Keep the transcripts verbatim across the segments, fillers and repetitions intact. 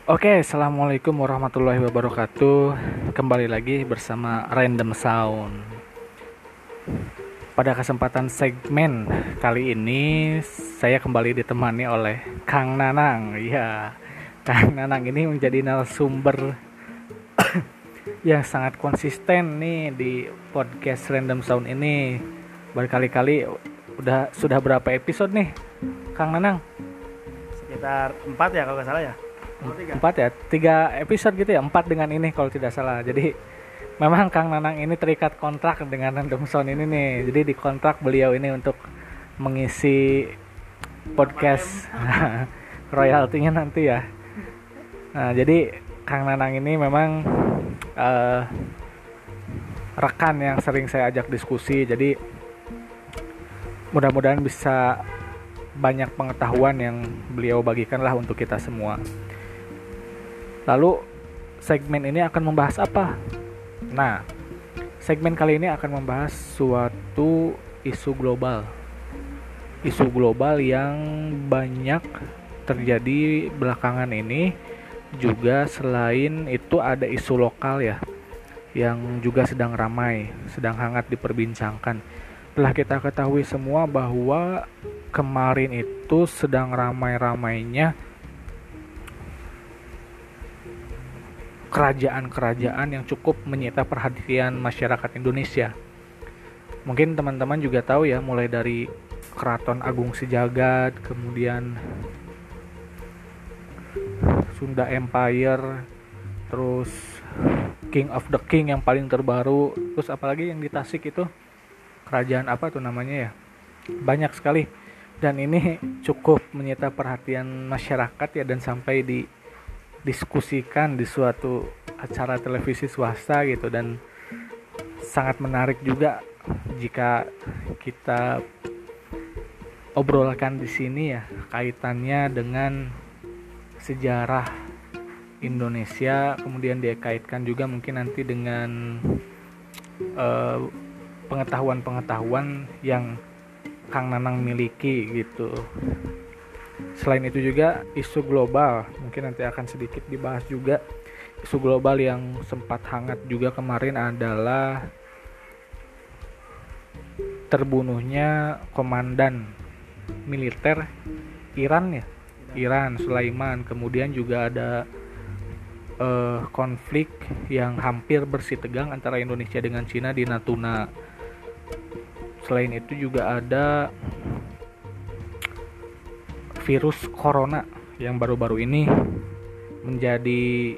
Oke, assalamualaikum warahmatullahi wabarakatuh. Kembali lagi bersama Random Sound. Pada kesempatan segmen kali ini, saya kembali ditemani oleh Kang Nanang. Iya, Kang Nanang ini menjadi narasumber yang sangat konsisten nih di podcast Random Sound ini. Berkali-kali udah sudah berapa episode nih, Kang Nanang? Sekitar empat ya kalau nggak salah ya. Oh, tiga. Empat ya, tiga episode gitu ya, empat dengan ini kalau tidak salah. Jadi memang Kang Nanang ini terikat kontrak dengan Random Sound ini nih. Jadi di kontrak beliau ini untuk mengisi podcast royaltinya nanti ya. Nah, jadi Kang Nanang ini memang uh, rekan yang sering saya ajak diskusi. Jadi mudah-mudahan bisa banyak pengetahuan yang beliau bagikan lah untuk kita semua. Lalu segmen ini akan membahas apa? Nah, segmen kali ini akan membahas suatu isu global. Isu global yang banyak terjadi belakangan ini. Juga selain itu ada isu lokal ya, yang juga sedang ramai, sedang hangat diperbincangkan. Telah kita ketahui semua bahwa kemarin itu sedang ramai-ramainya kerajaan-kerajaan yang cukup menyita perhatian masyarakat Indonesia. Mungkin teman-teman juga tahu ya, mulai dari Keraton Agung Sejagat, kemudian Sunda Empire, terus King of the King yang paling terbaru, terus apalagi yang di Tasik itu, kerajaan apa tuh namanya ya? Banyak sekali. Dan ini cukup menyita perhatian masyarakat ya, dan sampai di diskusikan di suatu acara televisi swasta gitu, dan sangat menarik juga jika kita obrolkan di sini ya, kaitannya dengan sejarah Indonesia, kemudian dikaitkan juga mungkin nanti dengan uh, pengetahuan-pengetahuan yang Kang Nanang miliki gitu. Selain itu juga isu global, mungkin nanti akan sedikit dibahas juga. Isu global yang sempat hangat juga kemarin adalah terbunuhnya komandan militer Iran ya, Iran Sulaiman. Kemudian juga ada eh, konflik yang hampir bersih tegang antara Indonesia dengan Cina di Natuna. Selain itu juga ada virus corona yang baru-baru ini menjadi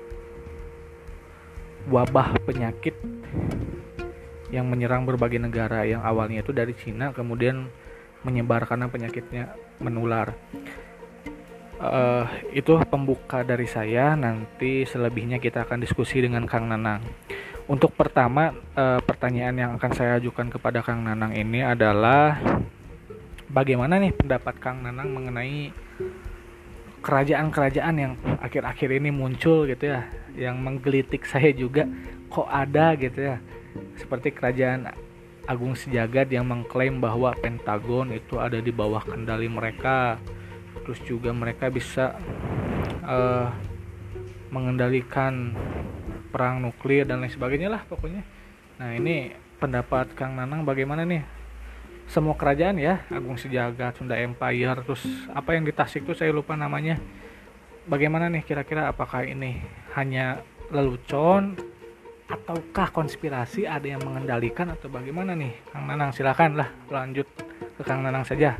wabah penyakit yang menyerang berbagai negara, yang awalnya itu dari Cina kemudian menyebar karena penyakitnya menular. Uh, itu pembuka dari saya. Nanti selebihnya kita akan diskusi dengan Kang Nanang. Untuk pertama, uh, pertanyaan yang akan saya ajukan kepada Kang Nanang ini adalah, bagaimana nih pendapat Kang Nanang mengenai kerajaan-kerajaan yang akhir-akhir ini muncul gitu ya, yang menggelitik saya juga, kok ada gitu ya, seperti kerajaan Agung Sejagat yang mengklaim bahwa Pentagon itu ada di bawah kendali mereka, terus juga mereka bisa uh, mengendalikan perang nuklir dan lain sebagainya lah pokoknya. Nah, ini pendapat Kang Nanang bagaimana nih? Semua kerajaan ya, Agung Sejagat, Sunda Empire, terus apa yang di Tasik itu saya lupa namanya. Bagaimana nih kira-kira, apakah ini hanya lelucon ataukah konspirasi, ada yang mengendalikan atau bagaimana nih? Kang Nanang silakan lah, lanjut ke Kang Nanang saja.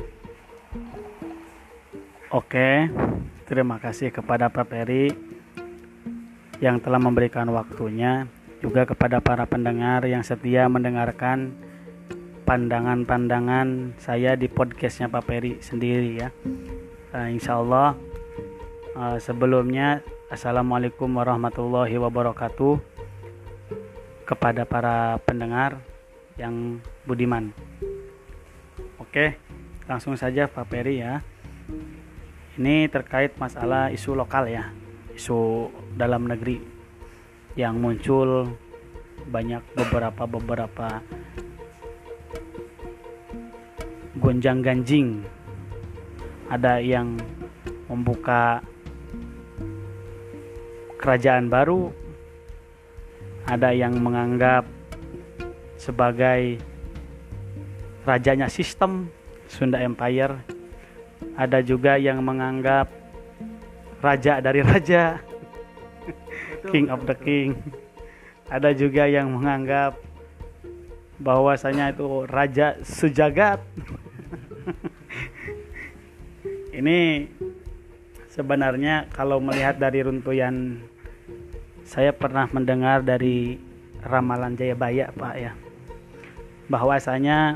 Oke, terima kasih kepada Pak Peri yang telah memberikan waktunya, juga kepada para pendengar yang setia mendengarkan pandangan-pandangan saya di podcastnya Pak Peri sendiri ya. uh, Insya Allah uh, sebelumnya Assalamualaikum warahmatullahi wabarakatuh kepada para pendengar yang budiman. Oke, langsung saja Pak Peri ya. Ini terkait masalah isu lokal ya, isu dalam negeri yang muncul banyak beberapa beberapa gonjang-ganjing. Ada yang membuka kerajaan baru, ada yang menganggap sebagai rajanya sistem Sunda Empire, ada juga yang menganggap raja dari raja, king of the king. Ada juga yang menganggap bahwasanya itu raja sejagat. Ini sebenarnya kalau melihat dari runtuyan, saya pernah mendengar dari ramalan Jayabaya, Pak, ya, bahwasanya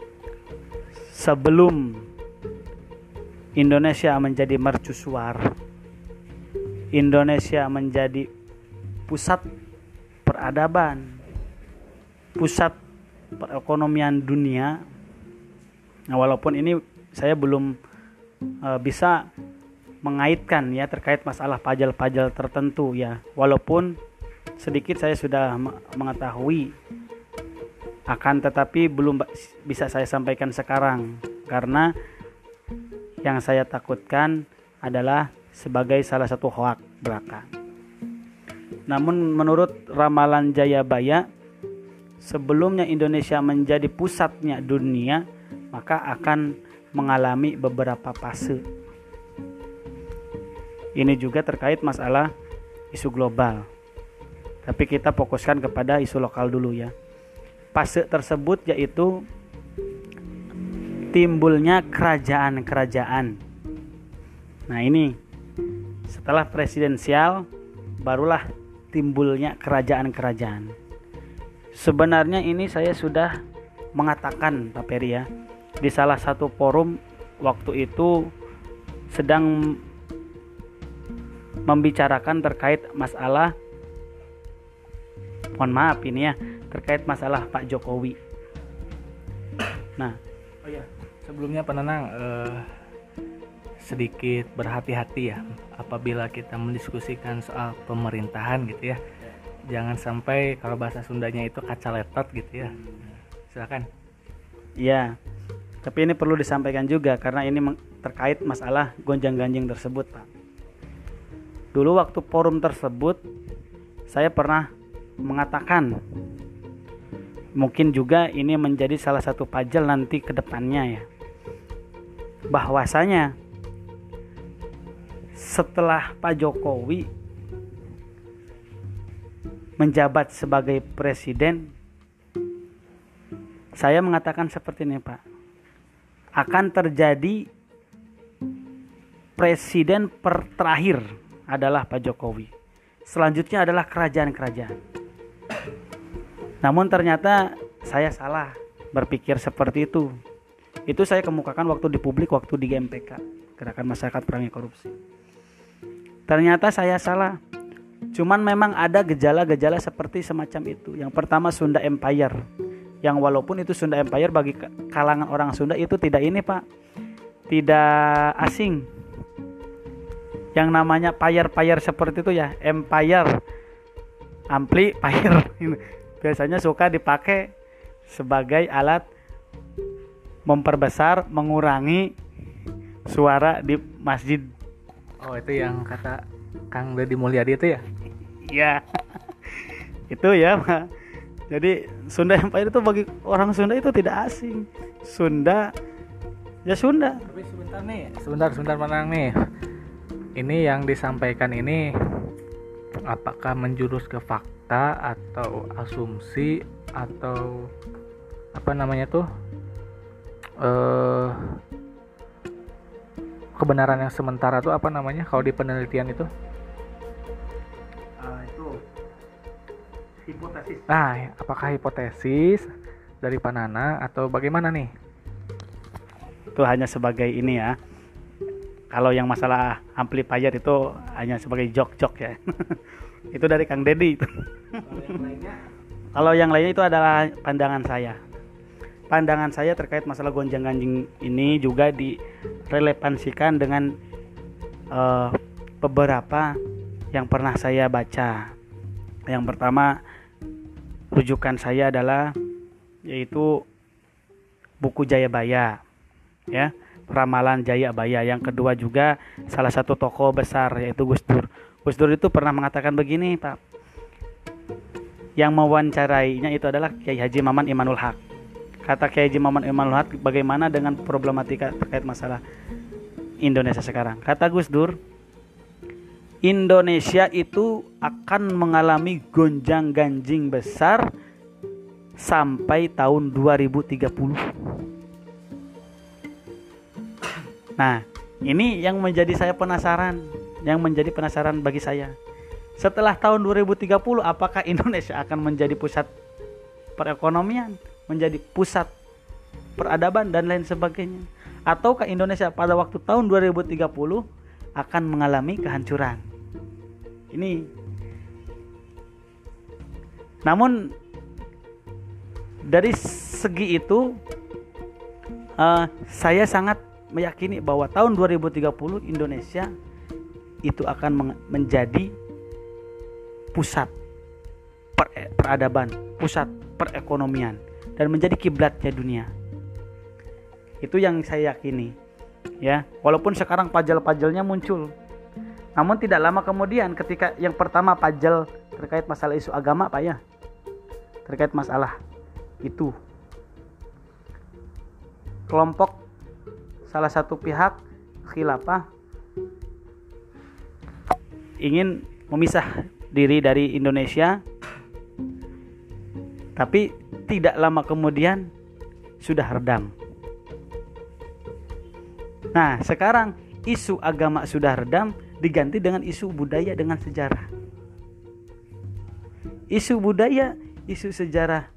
sebelum Indonesia menjadi mercusuar, Indonesia menjadi pusat peradaban, pusat perekonomian dunia. Nah, walaupun ini saya belum e, bisa mengaitkan ya terkait masalah pajal-pajal tertentu ya, walaupun sedikit saya sudah mengetahui, akan tetapi belum bisa saya sampaikan sekarang karena yang saya takutkan adalah sebagai salah satu hoak belaka. Namun menurut ramalan Jayabaya, sebelumnya Indonesia menjadi pusatnya dunia, maka akan mengalami beberapa fase. Ini juga terkait masalah isu global. Tapi kita fokuskan kepada isu lokal dulu ya. Fase tersebut yaitu timbulnya kerajaan-kerajaan. Nah, ini setelah presidensial barulah timbulnya kerajaan-kerajaan. Sebenarnya ini saya sudah mengatakan, Pak Peri, ya, di salah satu forum waktu itu sedang membicarakan terkait masalah, mohon maaf ini ya, terkait masalah Pak Jokowi. Nah, oh ya, sebelumnya penenang eh, sedikit berhati-hati ya apabila kita mendiskusikan soal pemerintahan gitu ya. Jangan sampai kalau bahasa Sundanya itu kacaletot gitu ya. Silakan. Iya. Tapi ini perlu disampaikan juga karena ini terkait masalah gonjang-ganjing tersebut, Pak. Dulu waktu forum tersebut saya pernah mengatakan, mungkin juga ini menjadi salah satu pajal nanti ke depannya ya, bahwasanya setelah Pak Jokowi menjabat sebagai presiden, saya mengatakan seperti ini, Pak, akan terjadi presiden terakhir adalah Pak Jokowi, selanjutnya adalah kerajaan-kerajaan. Namun ternyata saya salah berpikir seperti itu. Itu saya kemukakan waktu di publik, waktu di G M P K, Gerakan Masyarakat Perangi Korupsi. Ternyata saya salah. Cuman memang ada gejala-gejala seperti semacam itu. Yang pertama Sunda Empire, yang walaupun itu Sunda Empire bagi kalangan orang Sunda itu tidak ini, Pak, tidak asing. Yang namanya payer-payer seperti itu ya, empire, ampli, payer, biasanya suka dipakai sebagai alat memperbesar, mengurangi suara di masjid. Oh, itu yang kata Kang Deddy Mulyadi itu ya? Iya. Itu ya, Pak. Jadi Sunda Empire itu bagi orang Sunda itu tidak asing. Sunda ya Sunda. Tapi sebentar nih, sebentar sebentar menang nih. Ini yang disampaikan ini apakah menjurus ke fakta atau asumsi atau apa namanya tuh eh, kebenaran yang sementara tuh apa namanya kalau di penelitian itu? Uh, itu hipotesis. Nah, apakah hipotesis dari Panana atau bagaimana nih? Itu hanya sebagai ini ya. Kalau yang masalah amplifier itu hanya sebagai jok-jok ya. Itu dari Kang Deddy itu. Kalau yang lainnya? Kalau yang lainnya itu adalah pandangan saya. Pandangan saya terkait masalah gonjang-ganjing ini juga direlevansikan dengan uh, beberapa yang pernah saya baca. Yang pertama, rujukan saya adalah yaitu buku Jayabaya, ya, Ramalan Jayabaya. Yang kedua juga salah satu tokoh besar yaitu Gus Dur. Gus Dur itu pernah mengatakan begini, Pak. Yang mewawancarainya itu adalah Kiai Haji Maman Imanul Haq. Kata Kiai Haji Maman Imanul Haq, bagaimana dengan problematika terkait masalah Indonesia sekarang? Kata Gus Dur, Indonesia itu akan mengalami gonjang-ganjing besar sampai tahun dua ribu tiga puluh. Nah, ini yang menjadi saya penasaran, yang menjadi penasaran bagi saya. Setelah tahun dua ribu tiga puluh, apakah Indonesia akan menjadi pusat perekonomian, menjadi pusat peradaban dan lain sebagainya? Ataukah Indonesia pada waktu tahun dua ribu tiga puluh akan mengalami kehancuran? Ini. Namun dari segi itu uh, saya sangat meyakini bahwa tahun dua ribu tiga puluh Indonesia itu akan meng- menjadi pusat per- peradaban, pusat perekonomian dan menjadi kiblatnya dunia. Itu yang saya yakini. Ya, walaupun sekarang pajal-pajalnya muncul. Namun tidak lama kemudian ketika yang pertama pajal terkait masalah isu agama, Pak ya. Terkait masalah itu kelompok salah satu pihak khilafah ingin memisah diri dari Indonesia, tapi tidak lama kemudian sudah redam. Nah, sekarang isu agama sudah redam diganti dengan isu budaya dengan sejarah. Isu budaya, isu sejarah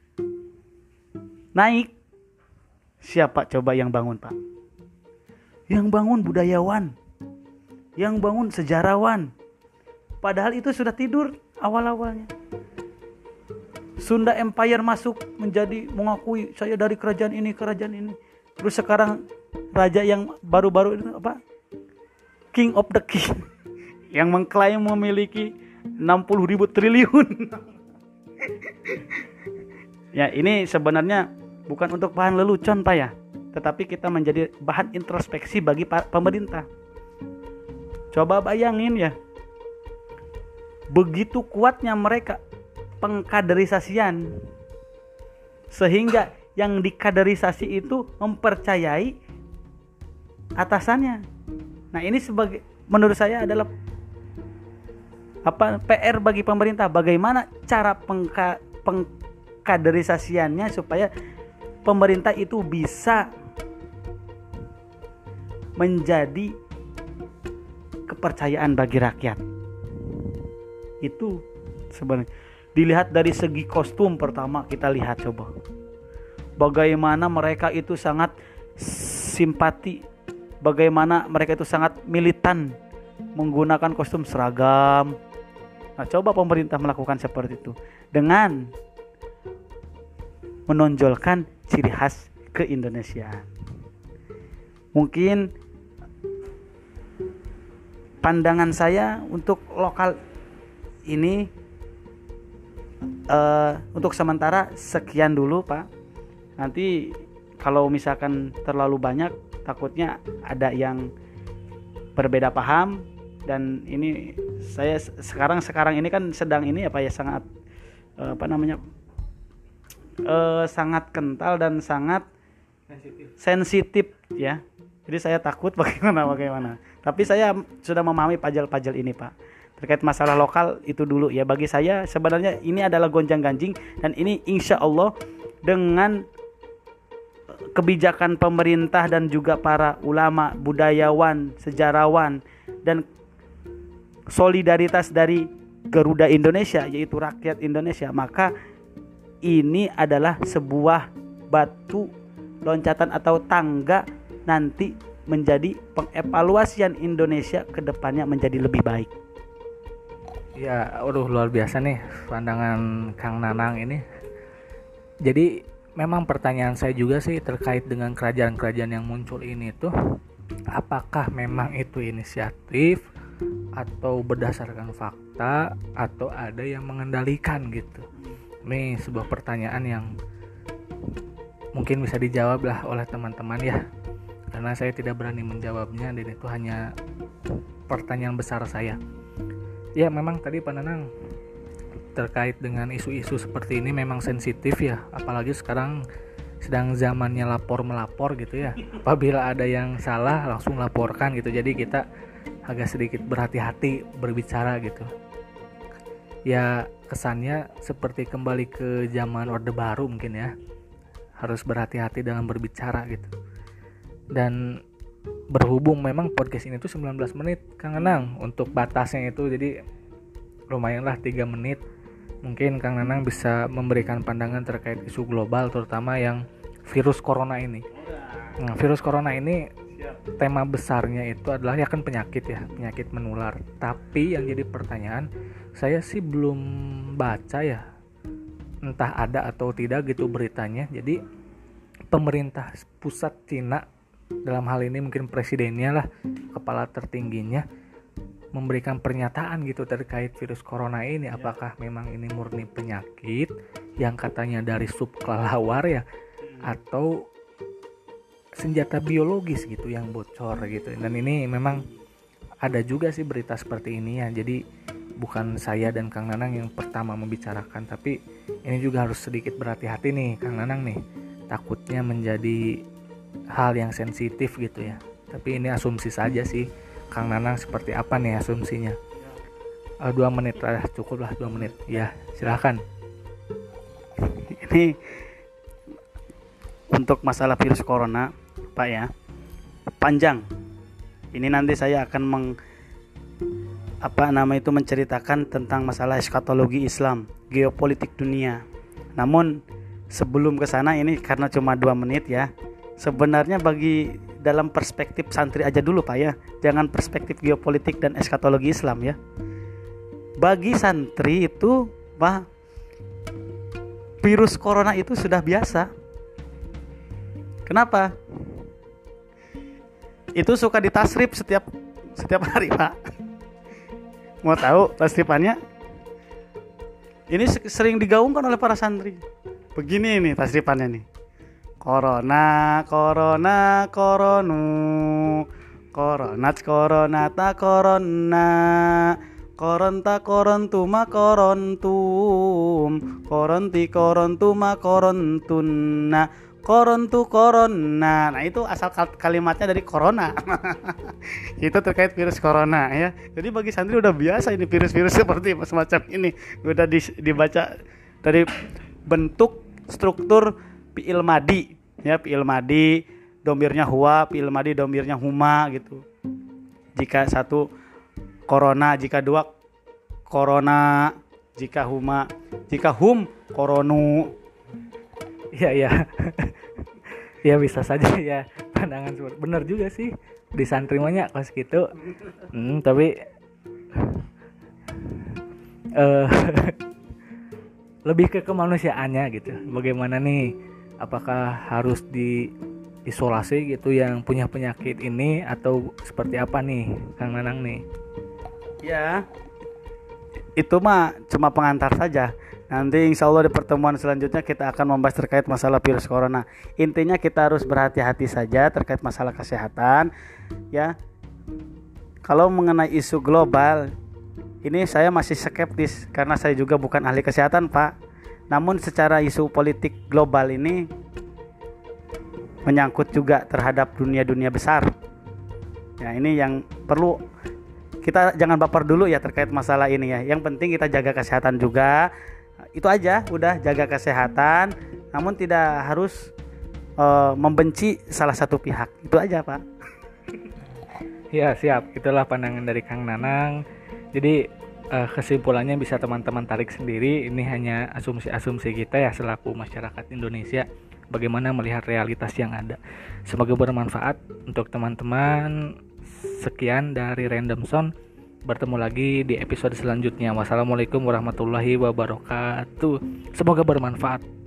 naik. Siapa coba yang bangun, Pak? Yang bangun budayawan, yang bangun sejarawan. Padahal itu sudah tidur awal-awalnya. Sunda Empire masuk menjadi mengakui saya dari kerajaan ini, kerajaan ini. Terus sekarang raja yang baru-baru itu apa? King of the King yang mengklaim memiliki enam puluh ribu triliun. Ya, ini sebenarnya bukan untuk bahan lelucon, Pak ya, tetapi kita menjadi bahan introspeksi bagi pemerintah. Coba bayangin ya, begitu kuatnya mereka pengkaderisasian sehingga yang dikaderisasi itu mempercayai atasannya. Nah, ini sebagai menurut saya adalah apa P R bagi pemerintah, bagaimana cara pengka, pengkaderisasiannya supaya pemerintah itu bisa menjadi kepercayaan bagi rakyat. Itu sebenarnya dilihat dari segi kostum. Pertama kita lihat coba bagaimana mereka itu sangat simpati, bagaimana mereka itu sangat militan menggunakan kostum seragam. Nah, coba pemerintah melakukan seperti itu dengan menonjolkan ciri khas keindonesiaan. Mungkin pandangan saya untuk lokal ini uh, untuk sementara sekian dulu, Pak. Nanti kalau misalkan terlalu banyak, takutnya ada yang berbeda paham. Dan ini saya sekarang sekarang ini kan sedang ini apa ya sangat uh, apa namanya uh, sangat kental dan sangat sensitif, sensitif ya. Jadi saya takut bagaimana bagaimana. Tapi saya sudah memahami pajal-pajal ini, Pak. Terkait masalah lokal itu dulu ya. Bagi saya sebenarnya ini adalah gonjang-ganjing, dan ini insya Allah dengan kebijakan pemerintah dan juga para ulama, budayawan, sejarawan, dan solidaritas dari Garuda Indonesia, yaitu rakyat Indonesia, maka ini adalah sebuah batu loncatan atau tangga nanti menjadi pengevaluasian Indonesia ke depannya menjadi lebih baik. Ya, udah luar biasa nih pandangan Kang Nanang ini. Jadi memang pertanyaan saya juga sih terkait dengan kerajaan-kerajaan yang muncul ini tuh, apakah memang itu inisiatif atau berdasarkan fakta atau ada yang mengendalikan gitu. Ini sebuah pertanyaan yang mungkin bisa dijawab lah oleh teman-teman ya, karena saya tidak berani menjawabnya dan itu hanya pertanyaan besar saya. Ya memang tadi Pak Nanang terkait dengan isu-isu seperti ini memang sensitif ya, apalagi sekarang sedang zamannya lapor melapor gitu ya. Apabila ada yang salah langsung laporkan gitu, jadi kita agak sedikit berhati-hati berbicara gitu ya. Kesannya seperti kembali ke zaman Orde Baru mungkin ya, harus berhati-hati dalam berbicara gitu. Dan berhubung memang podcast ini tuh sembilan belas menit Kang Nanang untuk batasnya itu, jadi lumayanlah tiga menit. Mungkin Kang Nanang bisa memberikan pandangan terkait isu global, terutama yang virus corona ini. Nah, virus corona ini tema besarnya itu adalah ya kan penyakit ya, penyakit menular. Tapi yang jadi pertanyaan, saya sih belum baca ya, entah ada atau tidak gitu beritanya. Jadi pemerintah pusat Cina, dalam hal ini mungkin presidennya lah, kepala tertingginya, memberikan pernyataan gitu terkait virus corona ini. Apakah memang ini murni penyakit yang katanya dari subkelelawar ya, atau senjata biologis gitu yang bocor gitu. Dan ini memang ada juga sih berita seperti ini ya. Jadi bukan saya dan Kang Nanang yang pertama membicarakan, tapi ini juga harus sedikit berhati-hati nih Kang Nanang nih, takutnya menjadi hal yang sensitif gitu ya. Tapi ini asumsi saja sih Kang Nanang, seperti apa nih asumsinya? Uh, dua menit lah, cukup lah dua menit ya, silahkan. Ini untuk masalah virus corona Pak ya, panjang. Ini nanti saya akan meng, apa nama itu menceritakan tentang masalah eskatologi Islam, geopolitik dunia. Namun sebelum ke sana, ini karena cuma dua menit ya, sebenarnya bagi dalam perspektif santri aja dulu Pak ya, jangan perspektif geopolitik dan eskatologi Islam ya. Bagi santri itu Pak, virus corona itu sudah biasa. Kenapa? Itu suka ditasrif setiap setiap hari Pak. Mau tahu tasrifannya? Ini sering digaungkan oleh para santri. Begini nih tasrifannya nih. Corona, corona, koronu, koronat, koronata, korona, koronta, korontuma, korontum, koronti, korontuma, korontuna, korontu, korona. Nah itu asal kalimatnya dari corona. Itu terkait virus corona ya. Jadi bagi santri udah biasa ini virus-virus seperti semacam ini. Udah di, dibaca dari bentuk struktur fi'il madi ya, fi'il madi domirnya huwa, fi'il madi domirnya huma gitu. Jika satu corona, jika dua corona, jika huma, jika hum koronu. Iya ya. Ya bisa saja ya pandangan seperti, benar juga sih di santri banyak pas gitu. Hmm, tapi uh, lebih ke kemanusiaannya gitu. Bagaimana nih, apakah harus diisolasi gitu yang punya penyakit ini, atau seperti apa nih Kang Nanang nih? Ya, itu mah cuma pengantar saja. Nanti insya Allah di pertemuan selanjutnya kita akan membahas terkait masalah virus corona. Intinya kita harus berhati-hati saja terkait masalah kesehatan ya. Kalau mengenai isu global, ini saya masih skeptis karena saya juga bukan ahli kesehatan Pak. Namun secara isu politik global ini menyangkut juga terhadap dunia-dunia besar. Ya ini yang perlu kita jangan baper dulu ya terkait masalah ini ya. Yang penting kita jaga kesehatan juga. Itu aja, udah jaga kesehatan, namun tidak harus uh, membenci salah satu pihak. Itu aja Pak. Ya siap, itulah pandangan dari Kang Nanang. Jadi uh, kesimpulannya bisa teman-teman tarik sendiri. Ini hanya asumsi-asumsi kita ya selaku masyarakat Indonesia, bagaimana melihat realitas yang ada. Semoga bermanfaat untuk teman-teman. Sekian dari Random Sound. Bertemu lagi di episode selanjutnya. Wassalamualaikum warahmatullahi wabarakatuh. Semoga bermanfaat.